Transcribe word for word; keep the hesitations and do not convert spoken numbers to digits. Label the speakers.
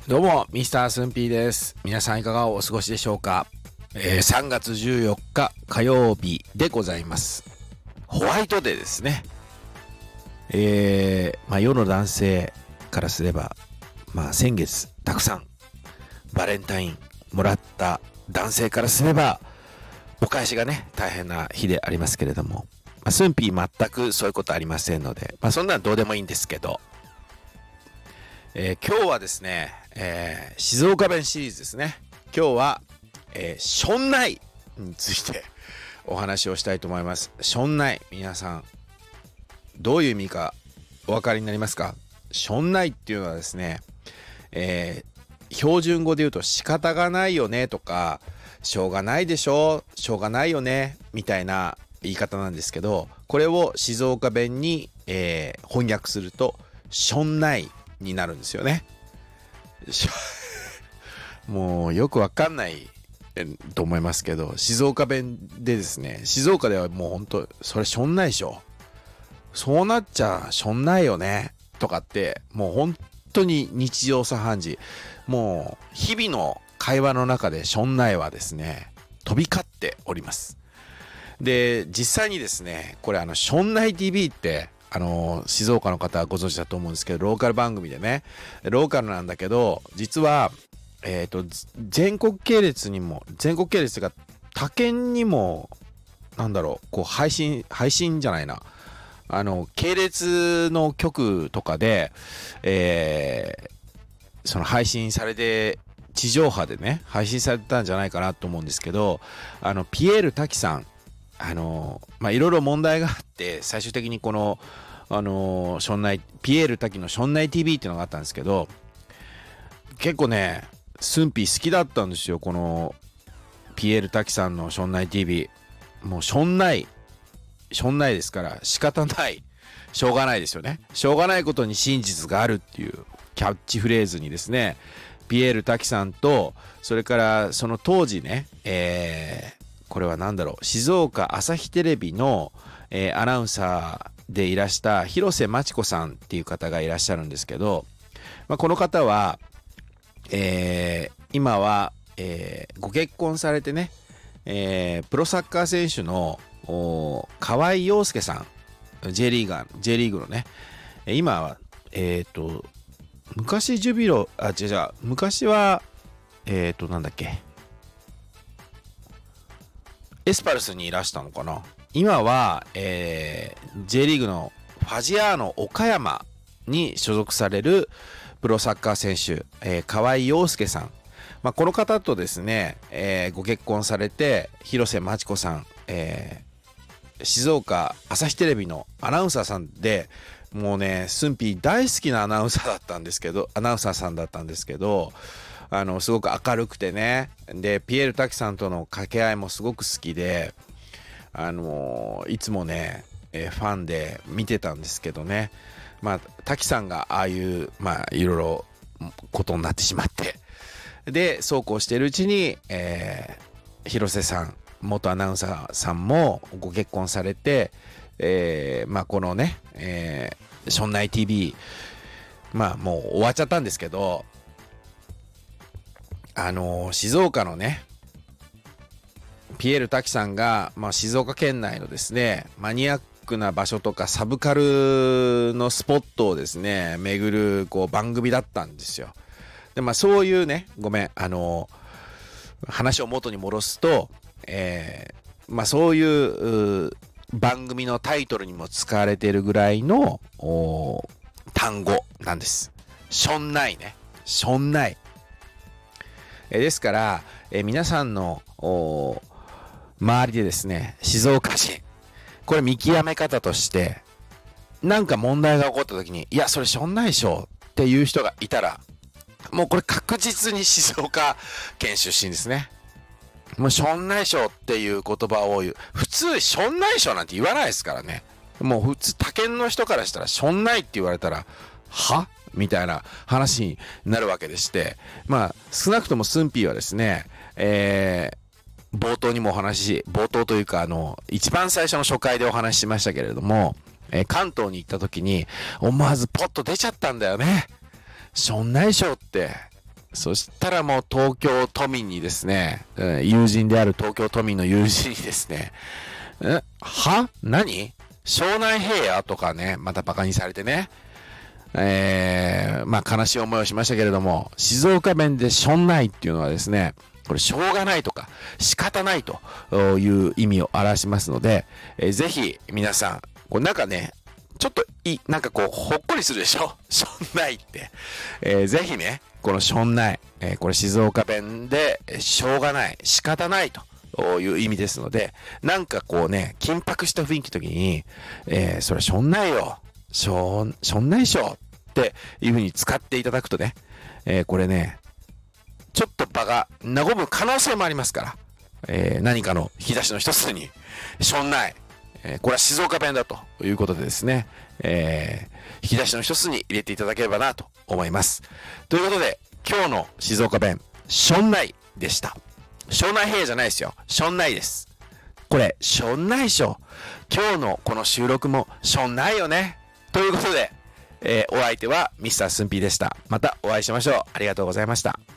Speaker 1: どうもミスタースンピーです。皆さんいかがお過ごしでしょうか。えー、さんがつじゅうよっか火曜日でございます。ホワイトデーですね。えー、まあ世の男性からすれば、まあ先月たくさんバレンタインもらった男性からすればお返しがね大変な日でありますけれども、まあ、スンピー全くそういうことありませんので、まあそんなのどうでもいいんですけど、えー、今日はですね、えー、静岡弁シリーズですね。今日は、えー、しょんないについてお話をしたいと思います。しょんない、皆さんどういう意味かお分かりになりますか？しょんないっていうのはですね、えー、標準語で言うと仕方がないよねとか、しょうがないでしょ、しょうがないよねみたいな言い方なんですけど、これを静岡弁に、えー、翻訳するとしょんないになるんですよね。もうよくわかんないと思いますけど、静岡弁でですね、静岡ではもうほんとそれしょんないでしょ、そうなっちゃしょんないよねとかって、もう本当に日常茶飯事、もう日々の会話の中でしょんないはですね飛び交っております。で実際にですね、これあのしょんない ティーブイ ってあの静岡の方はご存知だと思うんですけど、ローカル番組でね、ローカルなんだけど実はえっと全国系列にも、全国系列が他県にもなんだろう、こう配信配信じゃないな、あの系列の局とかで、えー、その配信されて、地上波でね配信されたんじゃないかなと思うんですけど、あのピエール滝さん、あのまあいろいろ問題があって最終的にこのあのションナイピエール滝のションナイ ティーブイ っていうのがあったんですけど、結構ねスンピー好きだったんですよ、このピエール滝さんのションナイ ティーブイ。 もうションナイしょんないですから仕方ない、しょうがないですよね。しょうがないことに真実があるっていうキャッチフレーズにですね、ピエール滝さんと、それからその当時ね、えー、これは何だろう、静岡朝日テレビの、えー、アナウンサーでいらした広瀬真知子さんっていう方がいらっしゃるんですけど、まあ、この方は、えー、今は、えー、ご結婚されてね、えー、プロサッカー選手の河合陽介さん、 J リーガー J リーグのね、今はえっ、ー、と昔ジュビロ、あ違う違う、昔はえっ、ー、となんだっけ、エスパルスにいらしたのかな。今は、えー、J リーグのファジアーノ岡山に所属されるプロサッカー選手、えー、河合陽介さん、まあ、この方とですね、えー、ご結婚されて、広瀬真知子さん、えー静岡朝日テレビのアナウンサーさんで、もうねスンピー大好きなアナウンサーだったんですけど、アナウンサーさんだったんですけど、あのすごく明るくてね、でピエール滝さんとの掛け合いもすごく好きで、あのいつもね、えー、ファンで見てたんですけどね、まあ滝さんがああいうまあいろいろことになってしまって、でそうこうしているうちに、えー、広瀬さん元アナウンサーさんもご結婚されて、えー、まあこのね、えー、ションナイ ティーブイ、 まあもう終わっちゃったんですけど、あのー、静岡のねピエール滝さんが、まあ、静岡県内のですねマニアックな場所とかサブカルのスポットをですね巡るこう番組だったんですよ。でまあそういうね、ごめん、あのー、話を元に戻すと、えー、まあそういう番組のタイトルにも使われているぐらいの単語なんです。しょんないね、しょんない。えー、ですから、えー、皆さんの周りでですね、静岡人、これ見極め方としてなんか問題が起こった時に、いやそれしょんないでしょっていう人がいたら、もうこれ確実に静岡県出身ですね。もうしょんないしょっていう言葉を言う。普通しょんないしょなんて言わないですからね。もう普通他県の人からしたらしょんないって言われたらはみたいな話になるわけでして、まあ少なくともスンピーはですね、えー、冒頭にもお話し冒頭というかあの一番最初の初回でお話ししましたけれども、えー、関東に行った時に思わずポッと出ちゃったんだよね。しょんないしょってそしたらもう東京都民にですね、友人である東京都民の友人にですね、えは何庄内平野とかね、またバカにされてね、えー、まあ悲しい思いをしましたけれども、静岡弁でしょんないっていうのはですね、これしょうがないとか仕方ないという意味を表しますので、えー、ぜひ皆さん、これなんかね、ちょっといい、なんかこう、ほっこりするでしょしょんないって。えー、ぜひね、このしょんない、えー、これ静岡弁でしょうがない、仕方ないという意味ですので、なんかこうね、緊迫した雰囲気の時に、えー、それしょんないよ。しょん、しょんないでしょっていう風に使っていただくとね、えー、これね、ちょっと場が和む可能性もありますから、えー、何かの引き出しの一つに、しょんない、えー、これは静岡弁だということでですね、えー、引き出しの一つに入れていただければなと思います。ということで、今日の静岡弁、しょんないでした。庄内平野じゃないですよ。しょんないです。これ、しょんないっしょ。今日のこの収録もしょんないよね。ということで、えー、お相手はミスタースンピーでした。またお会いしましょう。ありがとうございました。